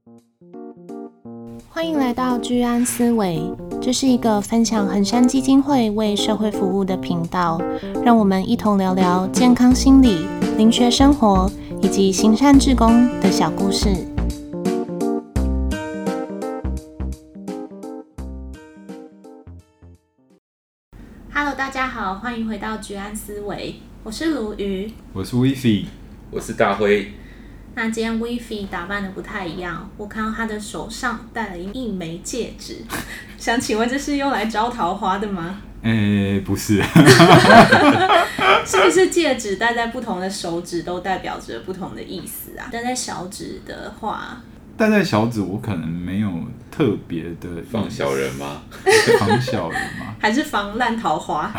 欢迎来到居安思维，这是一个分享衡山基金会为社会服务的频道，让我们一同聊聊健康心理、灵学生活以及行善志工的小故事。Hello， 大家好，欢迎回到居安思维，我是鲈鱼， 我是 Wifi， 我是大辉。 那今天 Wifi 打扮的不太一样，我看到他的手上戴了一枚戒指，想请问这是用来招桃花的吗？ 不是， 是不是戒指戴在不同的手指都代表着不同的意思啊？戴在小指的话， 戴在小指我可能没有特别的防小人吗？ 防小人吗？ 还是防烂桃花？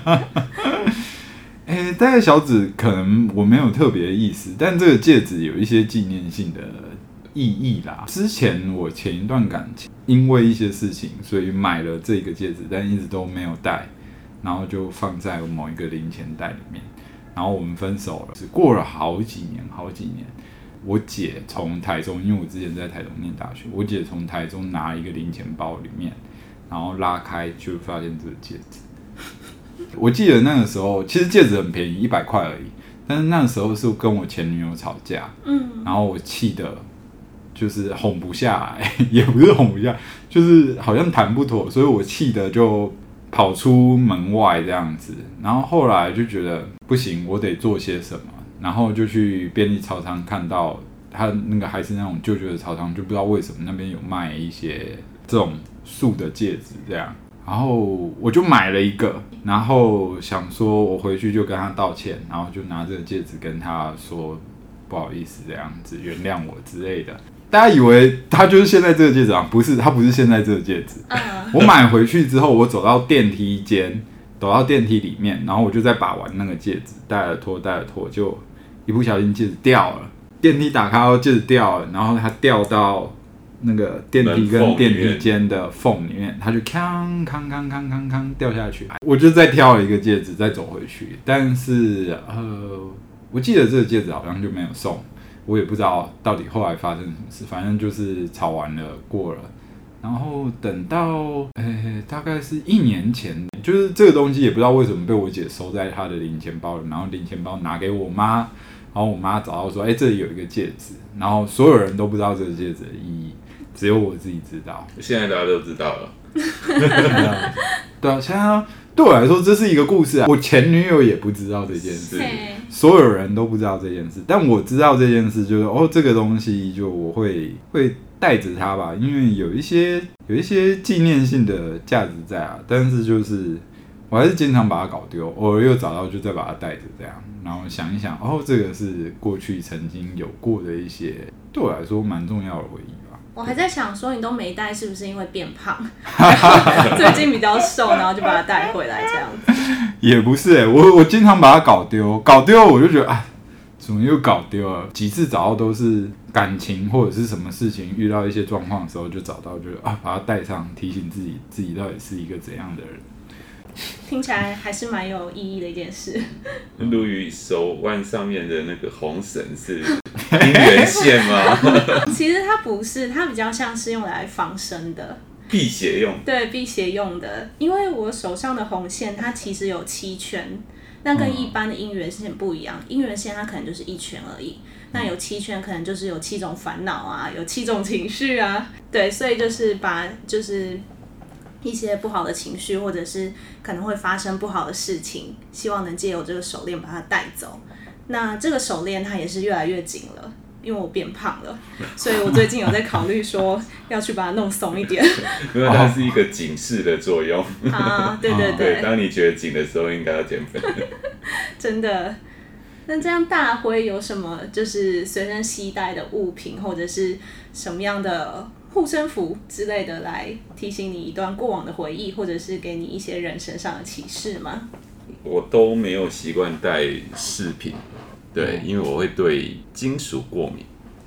戴在小指可能我没有特别的意思，但这个戒指有一些纪念性的意义啦。之前我前一段感情因为一些事情，所以买了这个戒指，但一直都没有戴，然后就放在某一个零钱袋里面。然后我们分手了，过了好几年。我姐从台中，因为我之前在台中念大学，我姐从台中拿一个零钱包里面，然后拉开就发现这个戒指。我记得那个时候，其实戒指很便宜，100块而已。但是那个时候是跟我前女友吵架，然后我气的，就是哄不下来，也不是哄不下，就是好像谈不妥，所以我气的就跑出门外这样子。然后后来就觉得不行，我得做些什么，然后就去便利超商看到他那个还是那种旧的超商，就不知道为什么那边有卖一些这种素的戒指这样。然后我就买了一个，然后想说我回去就跟他道歉，然后就拿这个戒指跟他说不好意思这样子，原谅我之类的。大家以为他就是现在这个戒指啊？不是，他不是现在这个戒指。我买回去之后，我走到电梯间，走到电梯里面，然后我就在把玩那个戒指，戴了脱，就一不小心戒指掉了。电梯打开后戒指掉了，然后它掉到那个电梯跟电梯间的缝里面，它就锵掉下去。我就再挑了一个戒指，再走回去。但是我记得这个戒指好像就没有送，我也不知道到底后来发生什么事。反正就是吵完了，过了。然后等到大概是1年前，就是这个东西也不知道为什么被我姐收在她的零钱包里，然后零钱包拿给我妈，然后我妈找到说，这里有一个戒指，然后所有人都不知道这个戒指的意义。只有我自己知道， 现在大家都知道了。 对啊，现在对我来说这是一个故事啊。我前女友也不知道这件事，所有人都不知道这件事，但我知道这件事，就是这个东西就我会带着它吧，因为有一些纪念性的价值在啊。但是就是我还是经常把它搞丢，偶尔又找到就再把它带着这样，然后想一想，这个是过去曾经有过的一些对我来说蛮重要的回忆吧。 我还在想说，你都没带，是不是因为变胖？最近比较瘦，然后就把它带回来这样子。 也不是我经常把它搞丢，我就觉得怎么又搞丢了？几次找到都是感情或者是什么事情遇到一些状况的时候就找到，就把它带上，提醒自己到底是一个怎样的人。 听起来还是蛮有意义的一件事。 鲈鱼手腕上面的那个红绳是姻缘线吗？ 其实它不是，它比较像是用来防身的， 辟邪用。 对，辟邪用的。因为我手上的红线它其实有7圈，那跟一般的姻缘线不一样，姻缘线它可能就是1圈而已，那有7圈可能就是有7种烦恼啊，有7种情绪啊，对，所以就是就是一些不好的情绪，或者是可能会发生不好的事情，希望能借由这个手链把它带走。那这个手链它也是越来越紧了，因为我变胖了，所以我最近有在考虑说要去把它弄松一点。 因为它是一个警示的作用啊，对， 当你觉得紧的时候，应该要减肥。 真的。那这样大辉有什么就是随身携带的物品，或者是什么样的护身符之类的，来提醒你一段过往的回忆，或者是给你一些人生上的启示吗？ 我都没有习惯带饰品，对，因为我会对金属过敏。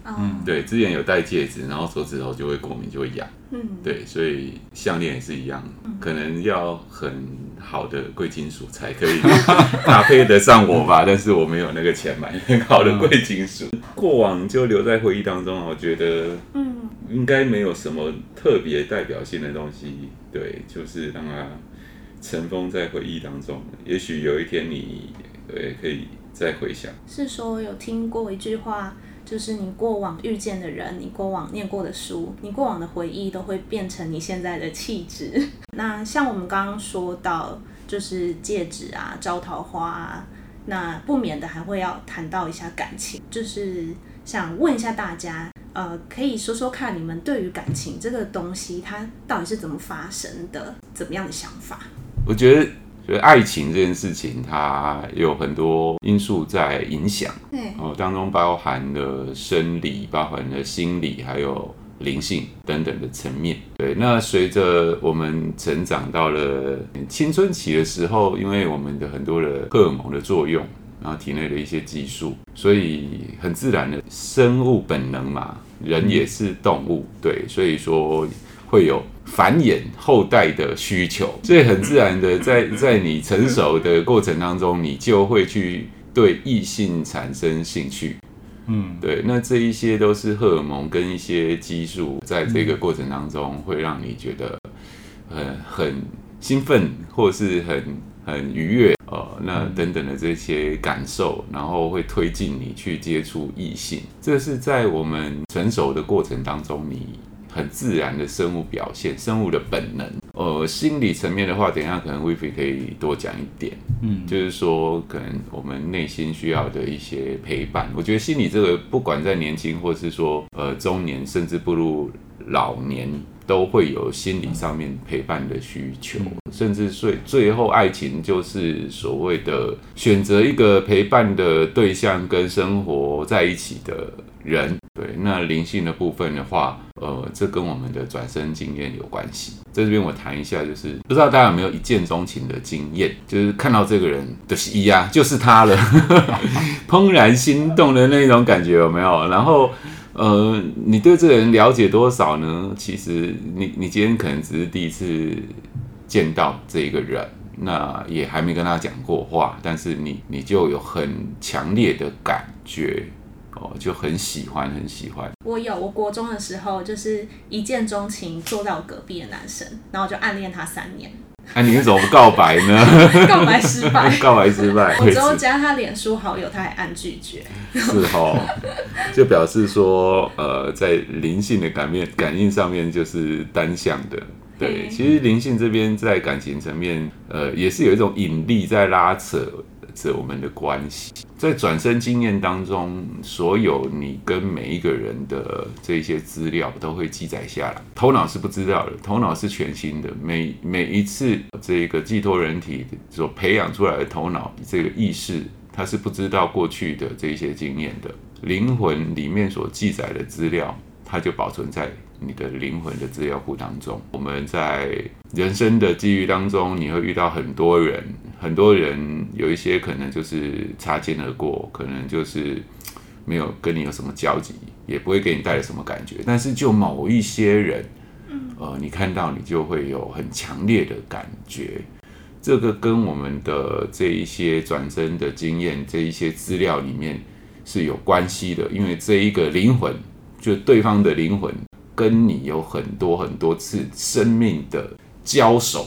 对，之前有戴戒指，然后手指头就会过敏，就会痒。对，所以项链也是一样，可能要很好的贵金属才可以搭配得上我吧，但是我没有那个钱买很好的贵金属。过往就留在回忆当中，我觉得应该没有什么特别代表性的东西，对，就是让它尘封在回忆当中。也许有一天你可以再回想。 是说有听过一句话，就是你过往遇见的人，你过往念过的书，你过往的回忆都会变成你现在的气质。那像我们刚刚说到，就是戒指啊、招桃花啊，那不免的还会要谈到一下感情，就是想问一下大家，可以说说看你们对于感情这个东西，它到底是怎么发生的，怎么样的想法？ 我觉得爱情这件事情，它有很多因素在影响，当中包含了生理、包含了心理，还有灵性等等的层面。对，那随着我们成长到了青春期的时候，因为我们的很多的荷尔蒙的作用，然后体内的一些激素，所以很自然的生物本能嘛，人也是动物，对，所以说会有繁衍后代的需求，所以很自然的在你成熟的过程当中，你就会去对异性产生兴趣。对，那这一些都是荷尔蒙跟一些激素在这个过程当中会让你觉得很兴奋，或是很愉悦，那等等的这些感受，然后会推进你去接触异性，这是在我们成熟的过程当中你很自然的生物表现，生物的本能。心理层面的话，等一下可能 Vivi 可以多讲一点。就是说可能我们内心需要的一些陪伴。我觉得心理这个不管在年轻，或是说中年，甚至步入老年，都会有心理上面陪伴的需求，甚至最后爱情就是所谓的选择一个陪伴的对象跟生活在一起的人。对，那灵性的部分的话，这跟我们的转生经验有关系。在这边我谈一下，就是不知道大家有没有一见钟情的经验，就是看到这个人的就是他了，怦然心动的那种感觉有没有？然后你对这个人了解多少呢？其实你今天可能只是第一次见到这个人，那也还没跟他讲过话，但是你就有很强烈的感觉。就很喜欢。 我国中的时候就是一见钟情，坐在我隔壁的男生，然后就暗恋他3年。 你为什么不告白呢？ 告白失败。 告白失败。 我之后加他脸书好友，他还按拒绝。 是就表示说，在灵性的感应上面就是单向的。对，其实灵性这边在感情层面，也是有一种引力在拉扯着我们的关系。在转生经验当中，所有你跟每一个人的这些资料都会记载下来，头脑是不知道的，头脑是全新的。每一次这个寄托人体所培养出来的头脑这个意识，它是不知道过去的这些经验的。灵魂里面所记载的资料，它就保存在你的灵魂的资料库当中。我们在人生的际遇当中，你会遇到很多人有一些可能就是擦肩而过，可能就是没有跟你有什么交集，也不会给你带来什么感觉，但是就某一些人你看到你就会有很强烈的感觉。这个跟我们的这一些转生的经验，这一些资料里面是有关系的，因为这一个灵魂，就对方的灵魂跟你有很多次生命的交手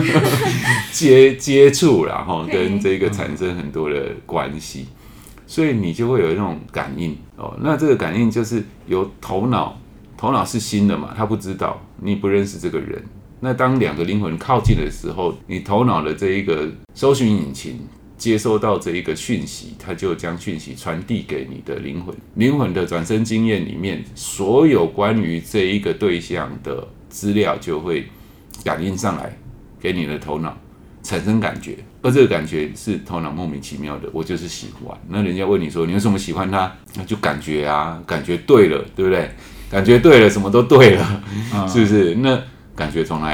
接触，然后跟这个产生很多的关系，所以你就会有那种感应。那这个感应就是由头脑是新的嘛，他不知道，你不认识这个人。那当两个灵魂靠近的时候，你头脑的这一个搜寻引擎接收到这一个讯息，它就将讯息传递给你的灵魂。灵魂的转生经验里面，所有关于这一个对象的资料就会感应上来，给你的头脑产生感觉，而这个感觉是头脑莫名其妙的，我就是喜欢。那人家问你说你为什么喜欢他，那就感觉啊，感觉对了，对不对？感觉对了，什么都对了，是不是？那感觉从哪里来？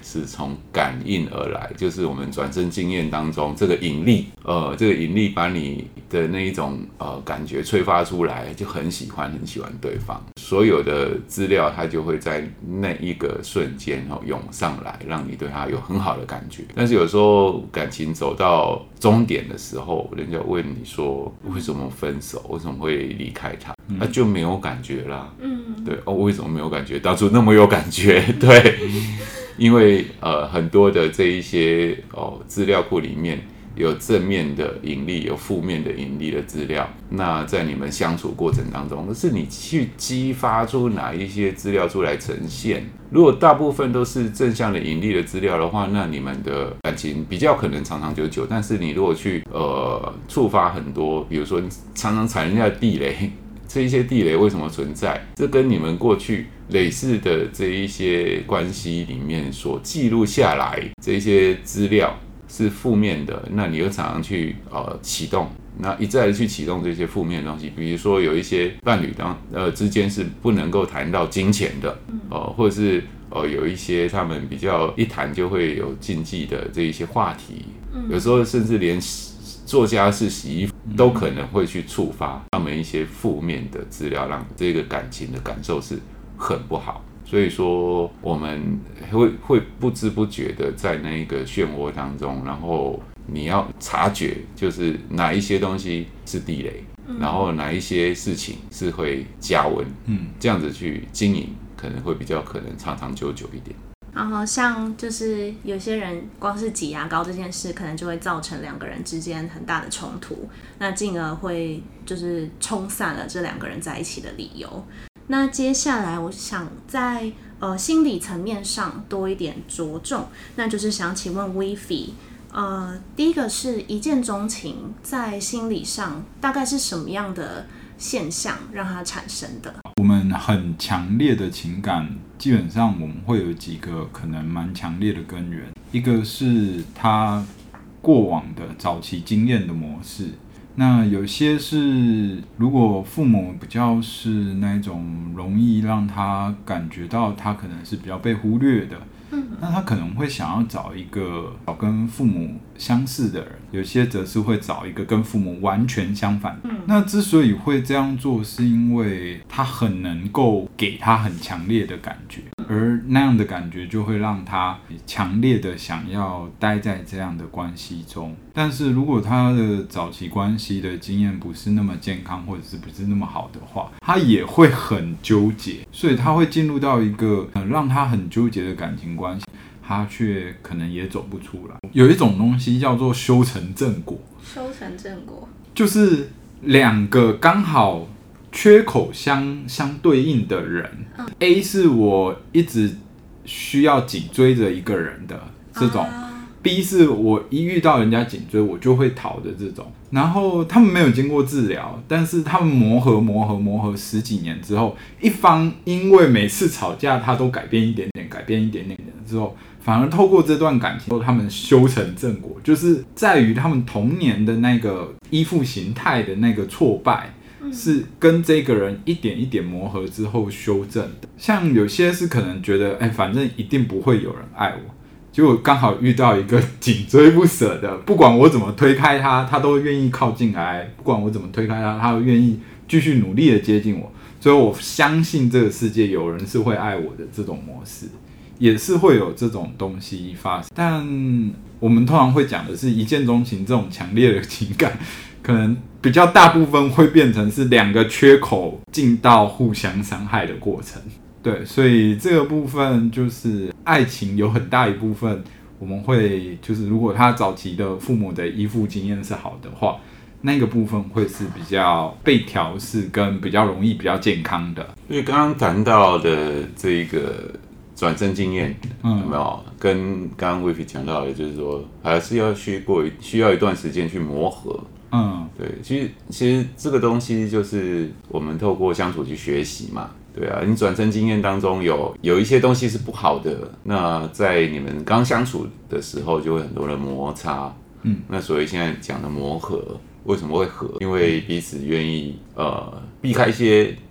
是从感应而来，就是我们转身经验当中这个引力，把你的那一种感觉催发出来，就很喜欢对方。所有的资料它就会在那一个瞬间涌上来，让你对他有很好的感觉。但是有时候感情走到终点的时候，人家问你说为什么分手，为什么会离开他，那就没有感觉啦。对为什么没有感觉？当初那么有感觉，对，因为很多的这一些资料库里面有正面的引力，有负面的引力的资料。那在你们相处过程当中，是你去激发出哪一些资料出来呈现？如果大部分都是正向的引力的资料的话，那你们的感情比较可能长长久久。但是你如果去触发很多，比如说你常常踩人家的地雷，这一些地雷为什么存在？这跟你们过去累世的这一些关系里面所记录下来这一些资料是负面的，那你又常常去启动，那一再的去启动这些负面的东西。比如说有一些伴侣之间是不能够谈到金钱的，或者是有一些他们比较一谈就会有禁忌的这一些话题，有时候甚至连做家事、洗衣服都可能会去触发他们一些负面的资料，让这个感情的感受是很不好。所以说我们会不知不觉的在那个漩涡当中，然后你要察觉就是哪一些东西是地雷，然后哪一些事情是会加温，这样子去经营可能会比较可能长长久久一点。 然后像就是有些人光是挤牙膏这件事，可能就会造成两个人之间很大的冲突，那进而会就是冲散了这两个人在一起的理由。那接下来我想在心理层面上多一点着重，那就是想请问 Vivi，第一个是一见钟情，在心理上大概是什么样的现象让它产生的？ 我们很强烈的情感，基本上我们会有几个可能蛮强烈的根源，一个是他过往的早期经验的模式。那有些是如果父母比较是那种容易让他感觉到他可能是比较被忽略的，那他可能会想要找一个跟父母相似的人，有些则是会找一个跟父母完全相反。那之所以会这样做，是因为他很能够给他很强烈的感觉，而那样的感觉就会让他强烈的想要待在这样的关系中。但是如果他的早期关系的经验不是那么健康，或者是不是那么好的话，他也会很纠结，所以他会进入到一个让他很纠结的感情关系，他却可能也走不出来。有一种东西叫做修成正果， 修成正果就是两个刚好缺口相对应的人，A 是我一直需要紧追着一个人的这种，B 是我一遇到人家紧追我就会逃的这种。然后他们没有经过治疗，但是他们磨合十几年之后，一方因为每次吵架他都改变一点点之后，反而透过这段感情他们修成正果，就是在于他们童年的那个依附形态的那个挫败，是跟这个人一点一点磨合之后修正的。像有些是可能觉得反正一定不会有人爱我，结果刚好遇到一个紧追不舍的，不管我怎么推开他，他都愿意靠近来；不管我怎么推开他，他都愿意继续努力的接近我。所以我相信这个世界有人是会爱我的，这种模式也是会有这种东西发生。但我们通常会讲的是一见钟情这种强烈的情感，可能比较大部分会变成是两个缺口进到互相伤害的过程。对，所以这个部分就是爱情有很大一部分我们会就是如果他早期的父母的依附经验是好的话，那个部分会是比较被调适跟比较容易比较健康的。 所以刚刚谈到的这个转身经验有没有跟刚刚 Vivi 讲到的，就是说还是要需要一段时间去磨合。对，其实这个东西就是我们透过相处去学习嘛。对啊，你转身经验当中有一些东西是不好的，那在你们刚相处的时候就会很多的摩擦。那所以现在讲的磨合，为什么会合？因为彼此愿意避开一些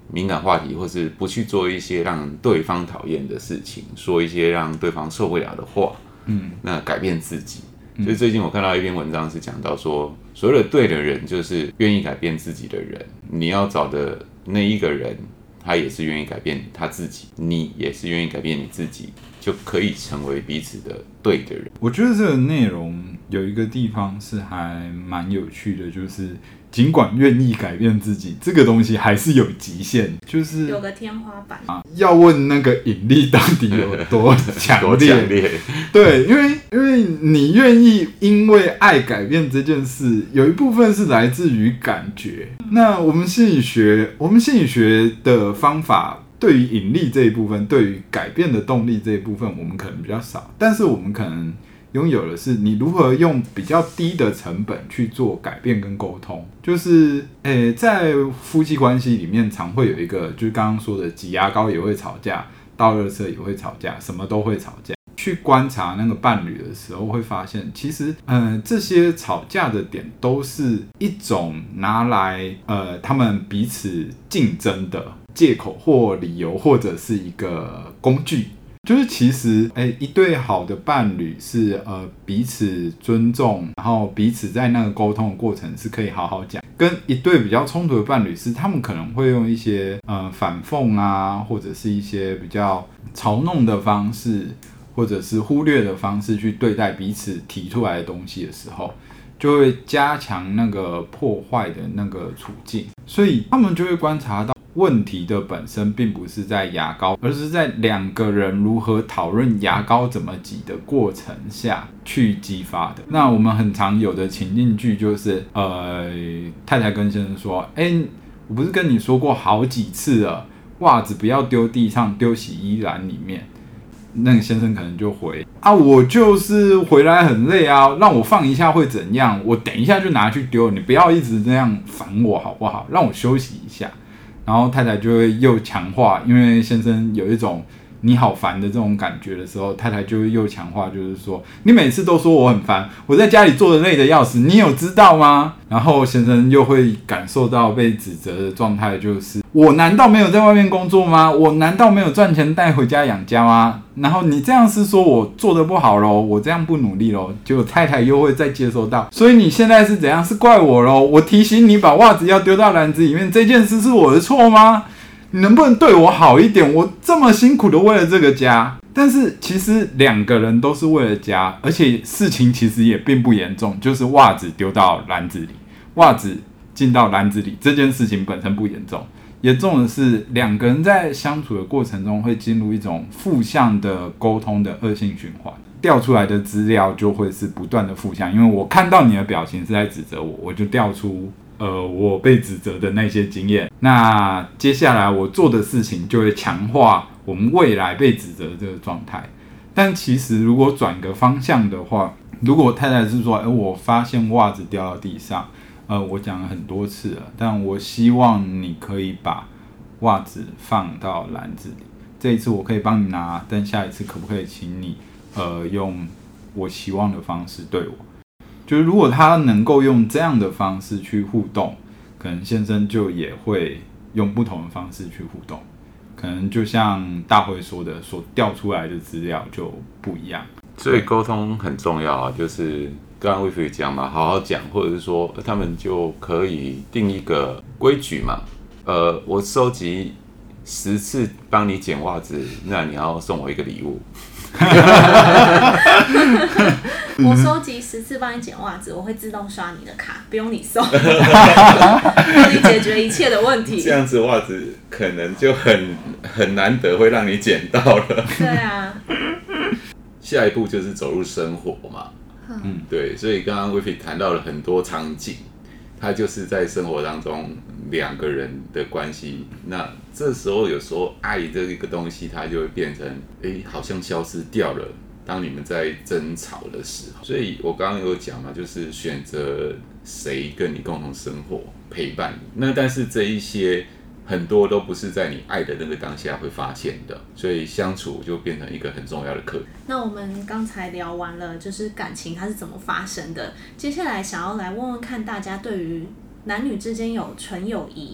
敏感话题，或是不去做一些让对方讨厌的事情，说一些让对方受不了的话，那改变自己。所以最近我看到一篇文章是讲到说，所有的对的人就是愿意改变自己的人，你要找的那一个人，他也是愿意改变他自己，你也是愿意改变你自己，就可以成为彼此的对的人。 我觉得这个内容有一个地方是还蛮有趣的，就是尽管愿意改变自己，这个东西还是有极限，就是有个天花板要问那个引力到底有多强烈？ 多强烈？ 对，因为你愿意因为爱改变这件事，有一部分是来自于感觉。那我们心理学的方法，对于引力这一部分，对于改变的动力这一部分，我们可能比较少，但是我们可能拥有的是你如何用比较低的成本去做改变跟沟通。就是在夫妻关系里面常会有一个，就是刚刚说的挤牙膏也会吵架，倒垃圾也会吵架，什么都会吵架。去观察那个伴侣的时候，会发现其实这些吵架的点都是一种拿来他们彼此竞争的借口或理由，或者是一个工具。就是其实一对好的伴侣是彼此尊重，然后彼此在那个沟通的过程是可以好好讲。跟一对比较冲突的伴侣是，他们可能会用一些反讽啊，或者是一些比较嘲弄的方式，或者是忽略的方式去对待彼此提出来的东西的时候，就会加强那个破坏的那个处境。所以他们就会观察到问题的本身并不是在牙膏，而是在两个人如何讨论牙膏怎么挤的过程下去激发的。那我们很常有的情境剧就是太太跟先生说，我不是跟你说过好几次了，袜子不要丢地上，丢洗衣篮里面。那个先生可能就回我就是回来很累啊，让我放一下会怎样？我等一下就拿去丢，你不要一直这样烦我好不好？让我休息一下。然后太太就会又强化，因为先生有一种你好烦的这种感觉的时候，太太就会又强化，就是说你每次都说我很烦，我在家里做的累的要死，你有知道吗？然后先生又会感受到被指责的状态，就是我难道没有在外面工作吗？我难道没有赚钱带回家养家吗？然后你这样是说我做得不好咯，我这样不努力咯，结果太太又会再接收到，所以你现在是怎样？是怪我咯？我提醒你把袜子要丢到篮子里面，这件事是我的错吗？你能不能对我好一点？我这么辛苦的为了这个家。但是其实两个人都是为了家，而且事情其实也并不严重，就是袜子丢到篮子里，袜子进到篮子里，这件事情本身不严重。严重的是两个人在相处的过程中会进入一种负向的沟通的恶性循环，调出来的资料就会是不断的负向，因为我看到你的表情是在指责我，我就调出我被指责的那些经验，那接下来我做的事情就会强化我们未来被指责的这个状态。但其实如果转个方向的话，如果太太是说我发现袜子掉到地上，我讲了很多次了，但我希望你可以把袜子放到篮子里，这一次我可以帮你拿，但下一次可不可以请你用我希望的方式对我。就是如果他能够用这样的方式去互动，可能先生就也会用不同的方式去互动，可能就像大辉说的，所调出来的资料就不一样。 所以沟通很重要啊，就是刚刚Wilfried讲嘛，好好讲，或者是说他们就可以定一个规矩嘛。我收集10次帮你捡袜子，那你要送我一个礼物。 我收集10次帮你捡袜子，我会自动刷你的卡，不用你送，帮你解决一切的问题。 这样子袜子可能就很难得会让你捡到了。 对啊。 下一步就是走入生活嘛。对，所以刚刚Wilfried谈到了很多场景，它就是在生活当中两个人的关系。那这时候有时候爱这个东西，它就会变成好像消失掉了。当你们在争吵的时候，所以我刚刚有讲嘛，就是选择谁跟你共同生活、陪伴你。那但是这一些很多都不是在你爱的那个当下会发现的，所以相处就变成一个很重要的课题。 那我们刚才聊完了，就是感情它是怎么发生的。接下来想要来问问看大家，对于男女之间有纯友谊，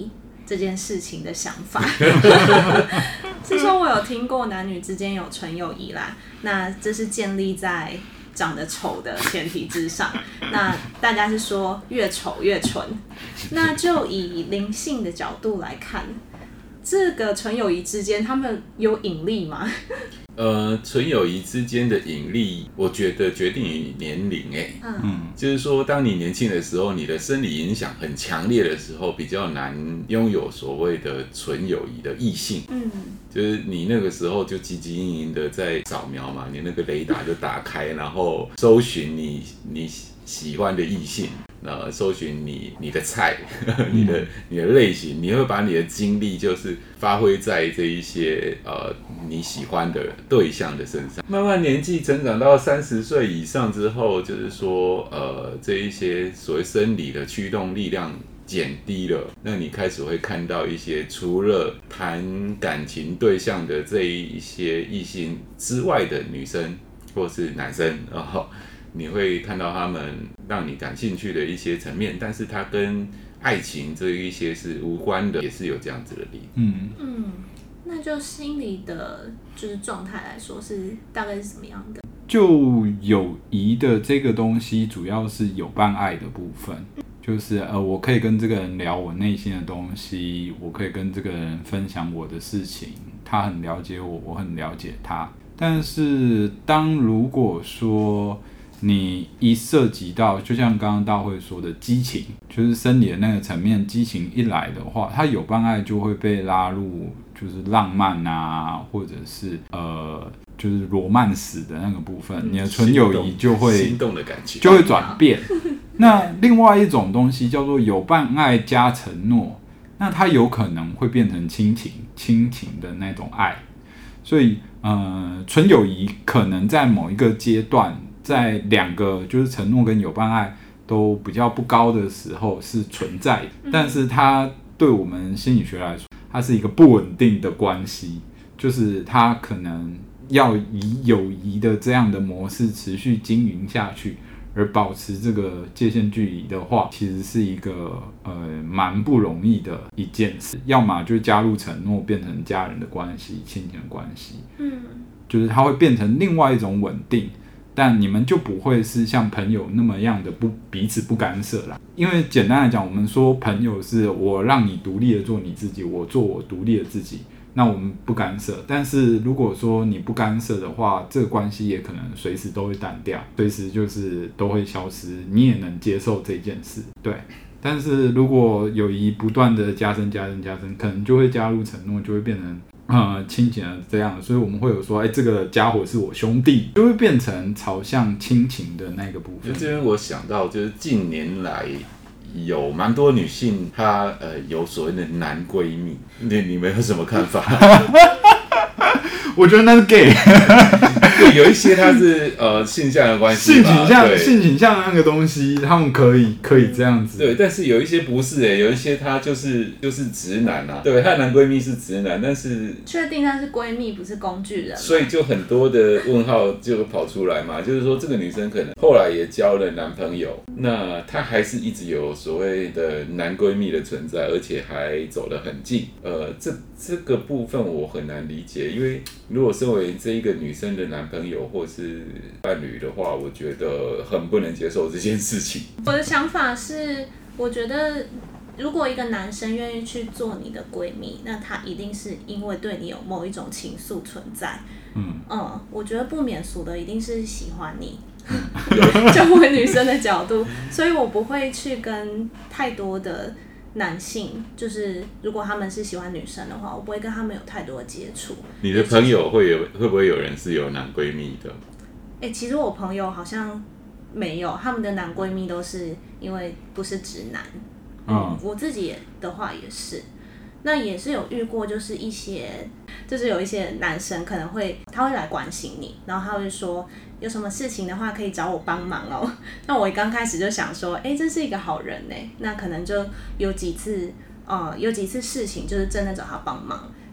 这件事情的想法。是说我有听过男女之间有纯友谊啦，那这是建立在长得丑的前提之上，那大家是说越丑越纯。那就以灵性的角度来看，这个纯友谊之间他们有引力吗？ 纯友谊之间的引力，我觉得决定于年龄。就是说，当你年轻的时候，你的生理影响很强烈的时候，比较难拥有所谓的纯友谊的异性。就是你那个时候就汲汲营营的在扫描嘛，你那个雷达就打开，然后搜寻你喜欢的异性，搜寻你的菜，你的类型，你会把你的精力就是发挥在这一些你喜欢的对象的身上。慢慢年纪成长到30岁以上之后，就是说这一些所谓生理的驱动力量减低了，那你开始会看到一些除了谈感情对象的这一些异性之外的女生或是男生，然后你会看到他们让你感兴趣的一些层面，但是它跟爱情这一些是无关的，也是有这样子的例子。 那就心理的就是状态来说，是大概是怎么样的？ 就友谊的这个东西，主要是有伴爱的部分。就是我可以跟这个人聊我内心的东西，我可以跟这个人分享我的事情，他很了解我，我很了解他。但是如果说你一涉及到，就像刚刚大会说的激情，就是生理的那个层面，激情一来的话，他有伴爱就会被拉入就是浪漫啊，或者是就是罗曼史的那个部分，你的纯友谊就会心动的感觉就会转变。那另外一种东西叫做有伴爱加承诺，那它有可能会变成亲情的那种爱。所以纯友谊可能在某一个阶段，在两个就是承诺跟有伴爱都比较不高的时候是存在的，但是它对我们心理学来说，它是一个不稳定的关系，就是它可能要以友谊的这样的模式持续经营下去，而保持这个界限距离的话，其实是一个蛮不容易的一件事。要么就加入承诺，变成家人的关系、亲情的关系，就是它会变成另外一种稳定，但你们就不会是像朋友那么样的彼此不干涉啦。因为简单来讲，我们说朋友是我让你独立的做你自己，我做我独立的自己。那我们不干涉，但是如果说你不干涉的话，这个关系也可能随时都会淡掉，随时就是都会消失，你也能接受这件事，对。但是如果友谊不断的加深，可能就会加入承诺，就会变成亲情的这样，所以我们会有说，这个家伙是我兄弟，就会变成朝向亲情的那个部分。 这边我想到就是近年来有蛮多女性，她有所谓的男闺蜜，你们有什么看法？ 我觉得那是 gay。 对，有一些它是性向的关系，性倾向的那个东西，他们可以这样子。 对，但是有一些不是有一些他就是直男啊。对，她的男闺蜜是直男，但是确定她是闺蜜，不是工具人， 所以就很多的问号就跑出来嘛。就是说，这个女生可能后来也交了男朋友，那她还是一直有所谓的男闺蜜的存在，而且还走得很近。这个部分我很难理解，因为如果身为这一个女生的男朋友或是伴侣的话，我觉得很不能接受这件事情。 我的想法是，我觉得如果一个男生愿意去做你的闺蜜，那他一定是因为对你有某一种情愫存在。我觉得不免俗的一定是喜欢你。就为女生的角度，所以我不会去跟太多的男性，就是如果他们是喜欢女生的话，我不会跟他们有太多的接触。 你的朋友会不会有人是有男闺蜜的？ 其实我朋友好像没有，他们的男闺蜜都是因为不是直男。我自己的话也是。那也是有遇过，就是有一些男生可能他会来关心你，然后他会说有什么事情的话可以找我帮忙哦。那我刚开始就想说，这是一个好人呢。那可能就有几次事情就是真的找他帮忙，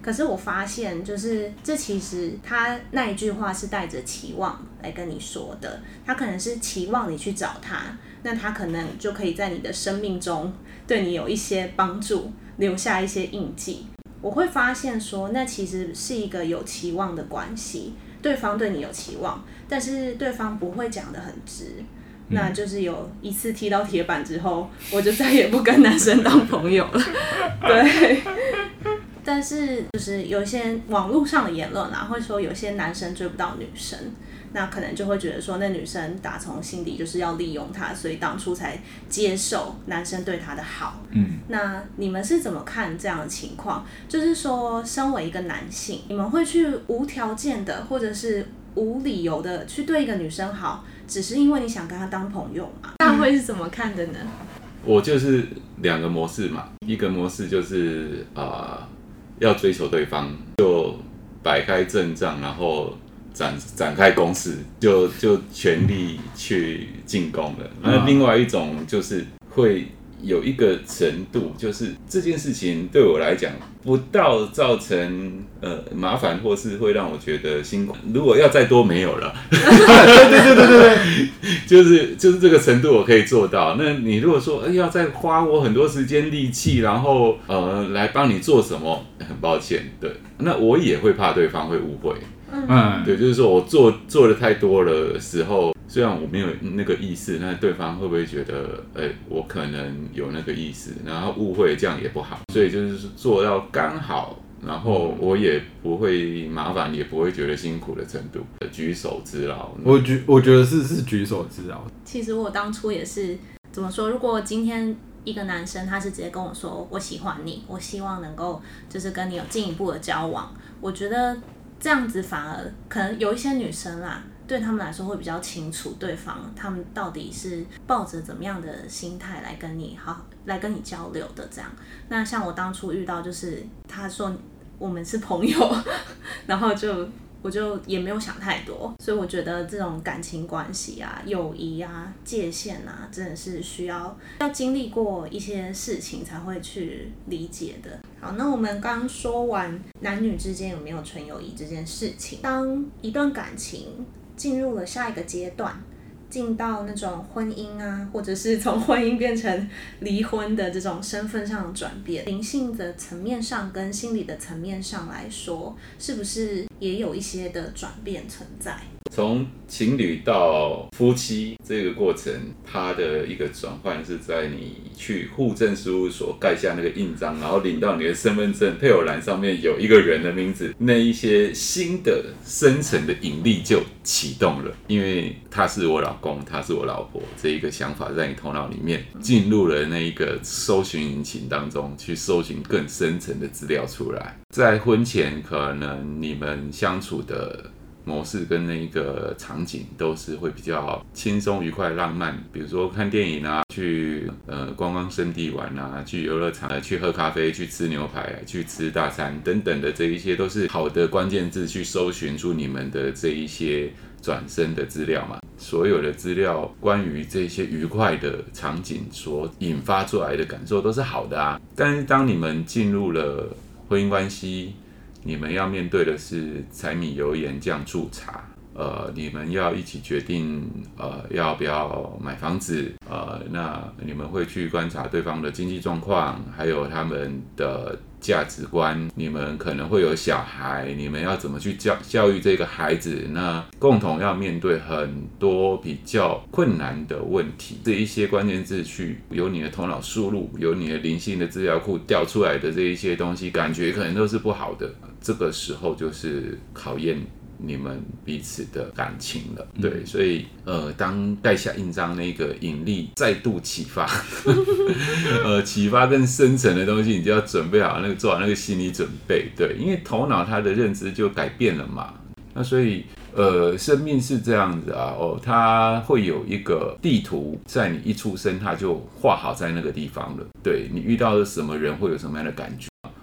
可是我发现，就是这其实他那一句话是带着期望来跟你说的，他可能是期望你去找他，那他可能就可以在你的生命中对你有一些帮助，留下一些印记。我会发现说，那其实是一个有期望的关系，对方对你有期望，但是对方不会讲得很直。那就是有一次踢到铁板之后，我就再也不跟男生当朋友了。对，但是就是有一些网络上的言论啦，会说有些男生追不到女生，那可能就会觉得说，那女生打从心底就是要利用他，所以当初才接受男生对他的好。那你们是怎么看这样的情况？就是说，身为一个男性，你们会去无条件的，或者是无理由的去对一个女生好，只是因为你想跟她当朋友吗？大会是怎么看的呢？ 我就是2个模式嘛，一个模式就是要追求对方，就摆开阵仗，然后展开攻势，就全力去进攻了。那另外一种就是会有一个程度，就是这件事情对我来讲不到造成麻烦，或是会让我觉得辛苦。如果要再多没有了，对，就是这个程度我可以做到。那你如果说要再花我很多时间力气，然后来帮你做什么，很抱歉，对，那我也会怕对方会误会。对，就是说我做的太多了时候，虽然我没有那个意思，那对方会不会觉得，我可能有那个意思，然后误会，这样也不好。所以就是做到刚好，然后我也不会麻烦，也不会觉得辛苦的程度，举手之劳。 我觉得是举手之劳。 其实我当初也是怎么说，如果今天一个男生他是直接跟我说我喜欢你，我希望能够就是跟你有进一步的交往，我觉得这样子反而可能有一些女生啦，对他们来说会比较清楚对方他们到底是抱着怎么样的心态来跟你交流的这样。那像我当初遇到就是他说我们是朋友，然后我就也没有想太多，所以我觉得这种感情关系啊、友谊啊、界限啊，真的是需要经历过一些事情才会去理解的。好，那我们刚说完男女之间有没有纯友谊这件事情，当一段感情进入了下一个阶段，进到那种婚姻啊，或者是从婚姻变成离婚的这种身份上的转变，灵性的层面上跟心理的层面上来说，是不是也有一些的转变存在？ 从情侣到夫妻这个过程，它的一个转换是在你去户政事务所盖下那个印章，然后领到你的身份证配偶栏上面有一个人的名字，那一些新的深层的引力就启动了，因为他是我老公，他是我老婆，这一个想法在你头脑里面进入了那一个搜寻引擎当中，去搜寻更深层的资料出来。在婚前可能你们相处的模式跟那个场景都是会比较轻松愉快浪漫，比如说看电影啊，去观光圣地玩啊，去游乐场去喝咖啡，去吃牛排，去吃大餐等等的，这一些都是好的关键字去搜寻出你们的这一些转身的资料嘛。所有的资料关于这些愉快的场景所引发出来的感受都是好的啊，但是当你们进入了婚姻关系，你们要面对的是柴米油盐酱醋茶，你们要一起决定要不要买房子，那你们会去观察对方的经济状况，还有他们的价值观，你们可能会有小孩，你们要怎么去教育这个孩子，那共同要面对很多比较困难的问题，这一些关键字去由你的头脑输入，由你的灵性的资料库调出来的这一些东西，感觉可能都是不好的，这个时候就是考验你们彼此的感情了。对，所以当盖下印章那个引力再度启发启发更深层的东西，你就要准备好做好那个心理准备。对，因为头脑它的认知就改变了嘛，那所以生命是这样子啊，它会有一个地图，在你一出生它就画好在那个地方了。对，你遇到了什么人会有什么样的感觉，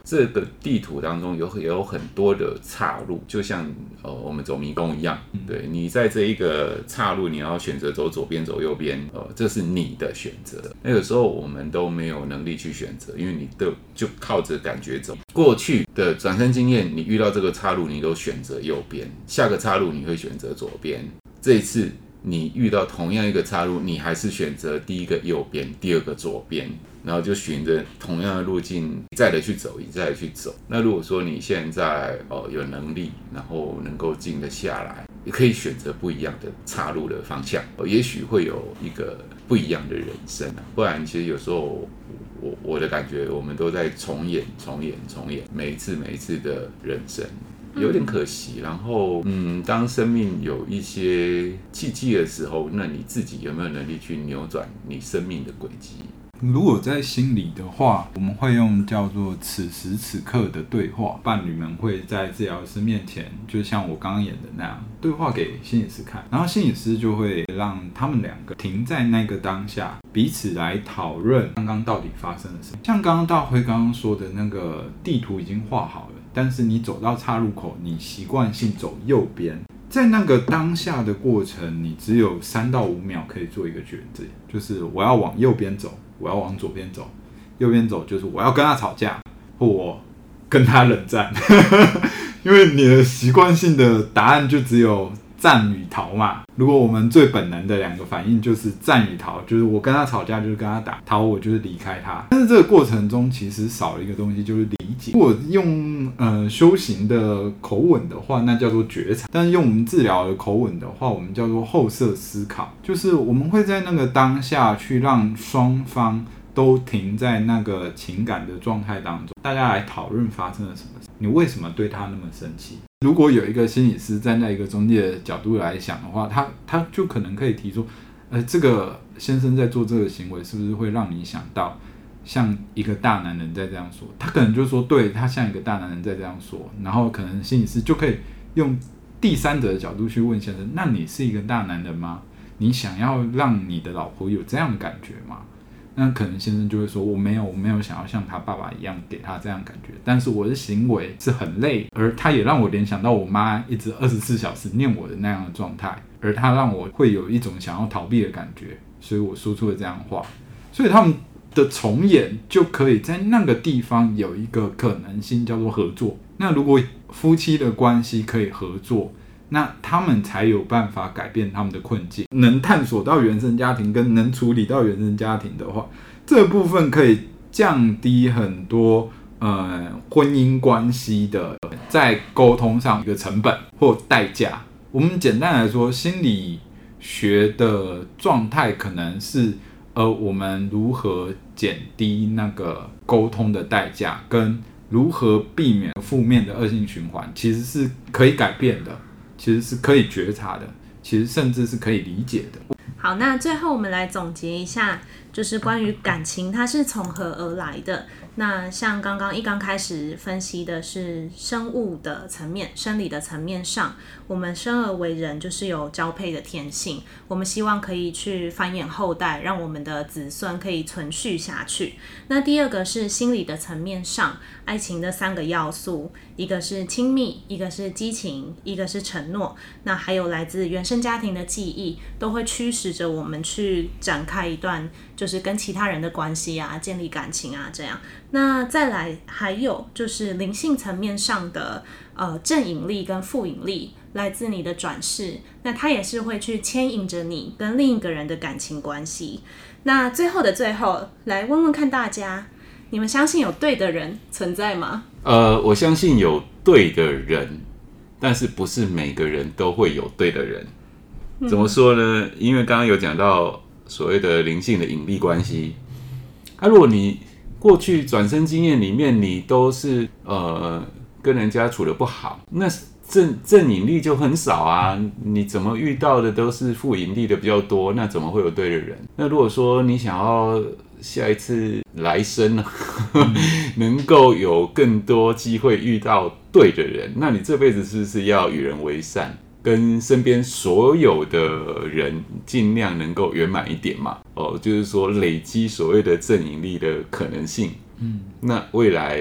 这个地图当中有很多的岔路，就像我们走迷宫一样，对，你在这一个岔路，你要选择走左边走右边，这是你的选择。那有时候我们都没有能力去选择，因为你就靠着感觉走。过去的转身经验，你遇到这个岔路，你都选择右边，下个岔路你会选择左边。这一次你遇到同样一个岔路，你还是选择第一个右边，第二个左边，然后就循着同样的路径一再的去走，一再的去走。那如果说你现在有能力，然后能够静得下来，也可以选择不一样的岔路的方向，也许会有一个不一样的人生啊。不然其实有时候我的感觉，我们都在重演每一次的人生。有点可惜，然后当生命有一些契机的时候，那你自己有没有能力去扭转你生命的轨迹？ 如果在心理的话，我们会用叫做此时此刻的对话，伴侣们会在治疗师面前，就像我刚刚演的那样，对话给心理师看，然后心理师就会让他们两个停在那个当下，彼此来讨论刚刚到底发生了什么。像刚刚大辉刚刚说的那个地图已经画好了，但是你走到岔路口，你习惯性走右边，在那个当下的过程，你只有3到5秒可以做一个抉择，就是我要往右边走，我要往左边走。右边走就是我要跟他吵架，或我跟他冷战因为你的习惯性的答案就只有战与逃嘛。如果我们最本能的2个反应就是战与逃，就是我跟他吵架就是跟他打，逃我就是离开他。但是这个过程中其实少了一个东西，就是理解。如果用修行的口吻的话，那叫做觉察；但是用我们治疗的口吻的话，我们叫做后设思考，就是我们会在那个当下去让双方都停在那个情感的状态当中，大家来讨论发生了什么事，你为什么对他那么生气。如果有一个心理师站在一个中介的角度来想的话，他就可能可以提出这个先生在做这个行为是不是会让你想到像一个大男人在这样说。他可能就说对，他像一个大男人在这样说，然后可能心理师就可以用第三者的角度去问先生，那你是一个大男人吗？你想要让你的老婆有这样的感觉吗？那可能先生就会说我没有想要像他爸爸一样给他这样感觉，但是我的行为是很累，而他也让我联想到我妈一直24小时念我的那样的状态，而他让我会有一种想要逃避的感觉，所以我说出了这样的话。所以他们的重演就可以在那个地方有一个可能性叫做合作。那如果夫妻的关系可以合作，那他们才有办法改变他们的困境，能探索到原生家庭跟能处理到原生家庭的话，这部分可以降低很多婚姻关系的在沟通上一个成本或代价。我们简单来说，心理学的状态可能是我们如何减低那个沟通的代价，跟如何避免负面的恶性循环，其实是可以改变的，其实是可以觉察的，其实甚至是可以理解的。 好，那最后我们来总结一下，就是关于感情它是从何而来的。那像刚刚开始分析的是生物的层面、生理的层面上，我们生而为人就是有交配的天性，我们希望可以去繁衍后代，让我们的子孙可以存续下去。那第二个是心理的层面上，爱情的3个要素，一个是亲密，一个是激情，一个是承诺，那还有来自原生家庭的记忆，都会驱使着我们去展开一段就是跟其他人的关系啊，建立感情啊这样。那再来还有就是灵性层面上的正引力跟负引力，来自你的转世，那它也是会去牵引着你跟另一个人的感情关系。那最后的最后，来问问看大家，你们相信有对的人存在吗？ 我相信有对的人，但是不是每个人都会有对的人。怎么说呢？因为刚刚有讲到所谓的灵性的引力关系，如果你过去转生经验里面你都是跟人家处得不好，那正引力就很少啊，你怎么遇到的都是负引力的比较多，那怎么会有对的人？那如果说你想要下一次来生呢，能够有更多机会遇到对的人，那你这辈子是不是要与人为善，跟身边所有的人尽量能够圆满一点嘛？就是说累积所谓的正引力的可能性。那未来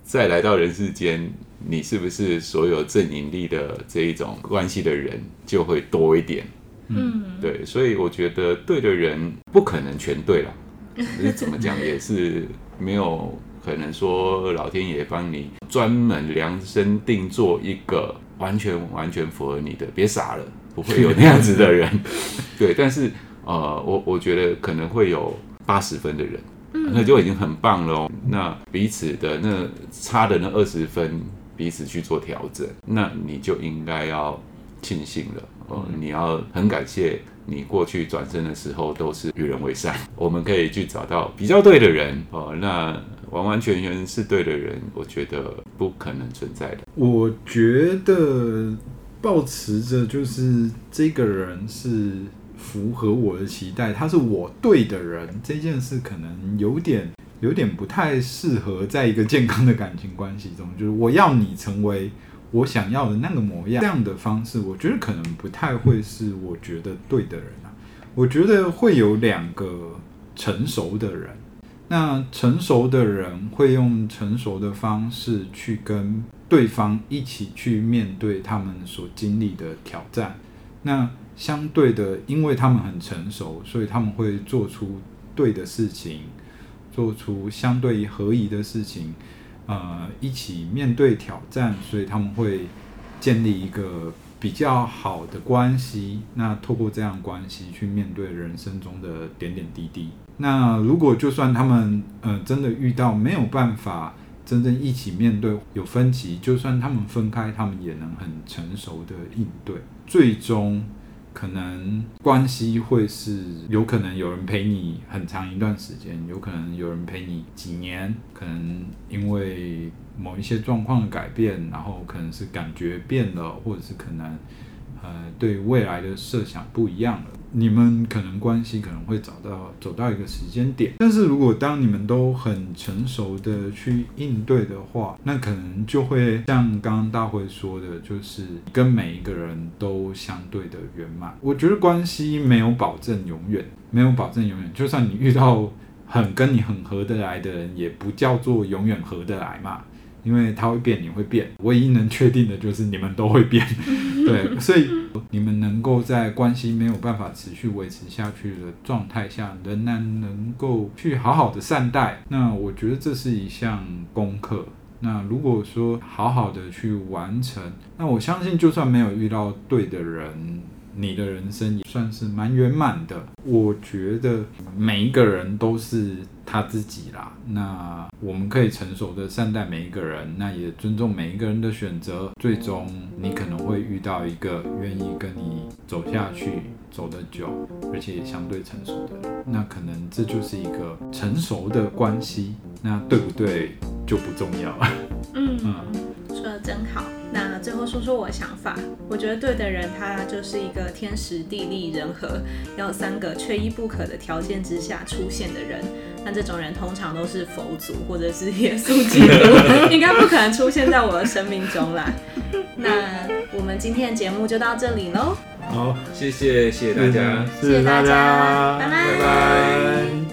再来到人世间，你是不是所有正引力的这一种关系的人就会多一点？对，所以我觉得对的人不可能全对啦，可是怎么讲也是没有可能说老天爷帮你专门量身定做一个完全符合你的，别傻了，不会有那样子的人。对，但是我觉得可能会有80分的人，那就已经很棒了那彼此的那差的那20分，彼此去做调整，那你就应该要庆幸了。你要很感谢你过去转生的时候都是与人为善，我们可以去找到比较对的人那完全是对的人，我觉得不可能存在的。 我觉得抱持着就是这个人是符合我的期待，他是我对的人，这件事可能有点不太适合在一个健康的感情关系中，就是我要你成为我想要的那个模样，这样的方式我觉得可能不太会是我觉得对的人我觉得会有2个成熟的人，那成熟的人会用成熟的方式去跟对方一起去面对他们所经历的挑战，那相对的因为他们很成熟，所以他们会做出对的事情，做出相对合宜的事情一起面对挑战，所以他们会建立一个比较好的关系，那透过这样的关系去面对人生中的点点滴滴。那如果就算他们真的遇到没有办法真正一起面对，有分歧，就算他们分开，他们也能很成熟的应对，最终可能关系会是有可能有人陪你很长一段时间，有可能有人陪你几年，可能因为某一些状况的改变，然后可能是感觉变了，或者是可能对未来的设想不一样了，你们可能关系可能会走到一个时间点。但是如果当你们都很成熟的去应对的话，那可能就会像刚刚大辉说的，就是跟每一个人都相对的圆满。我觉得关系没有保证永远，就算你遇到跟你很合得来的人，也不叫做永远合得来嘛，因为他会变，你会变，唯一能确定的就是你们都会变。对，所以你们能够在关系没有办法持续维持下去的状态下，仍然能够去好好的善待，那我觉得这是一项功课。那如果说好好的去完成，那我相信就算没有遇到对的人，你的人生也算是蛮圆满的。我觉得每一个人都是他自己啦，那我们可以成熟的善待每一个人，那也尊重每一个人的选择，最终你可能会遇到一个愿意跟你走下去走得久而且也相对成熟的人，那可能这就是一个成熟的关系，那对不对就不重要。 说得真好。那最后说说我的想法，我觉得对的人他就是一个天时地利人和，要3个缺一不可的条件之下出现的人。那这种人通常都是佛祖或者是耶稣基督，应该不可能出现在我的生命中啦。那我们今天的节目就到这里咯。 好， 谢谢大家， 谢谢大家， 拜拜。 拜拜。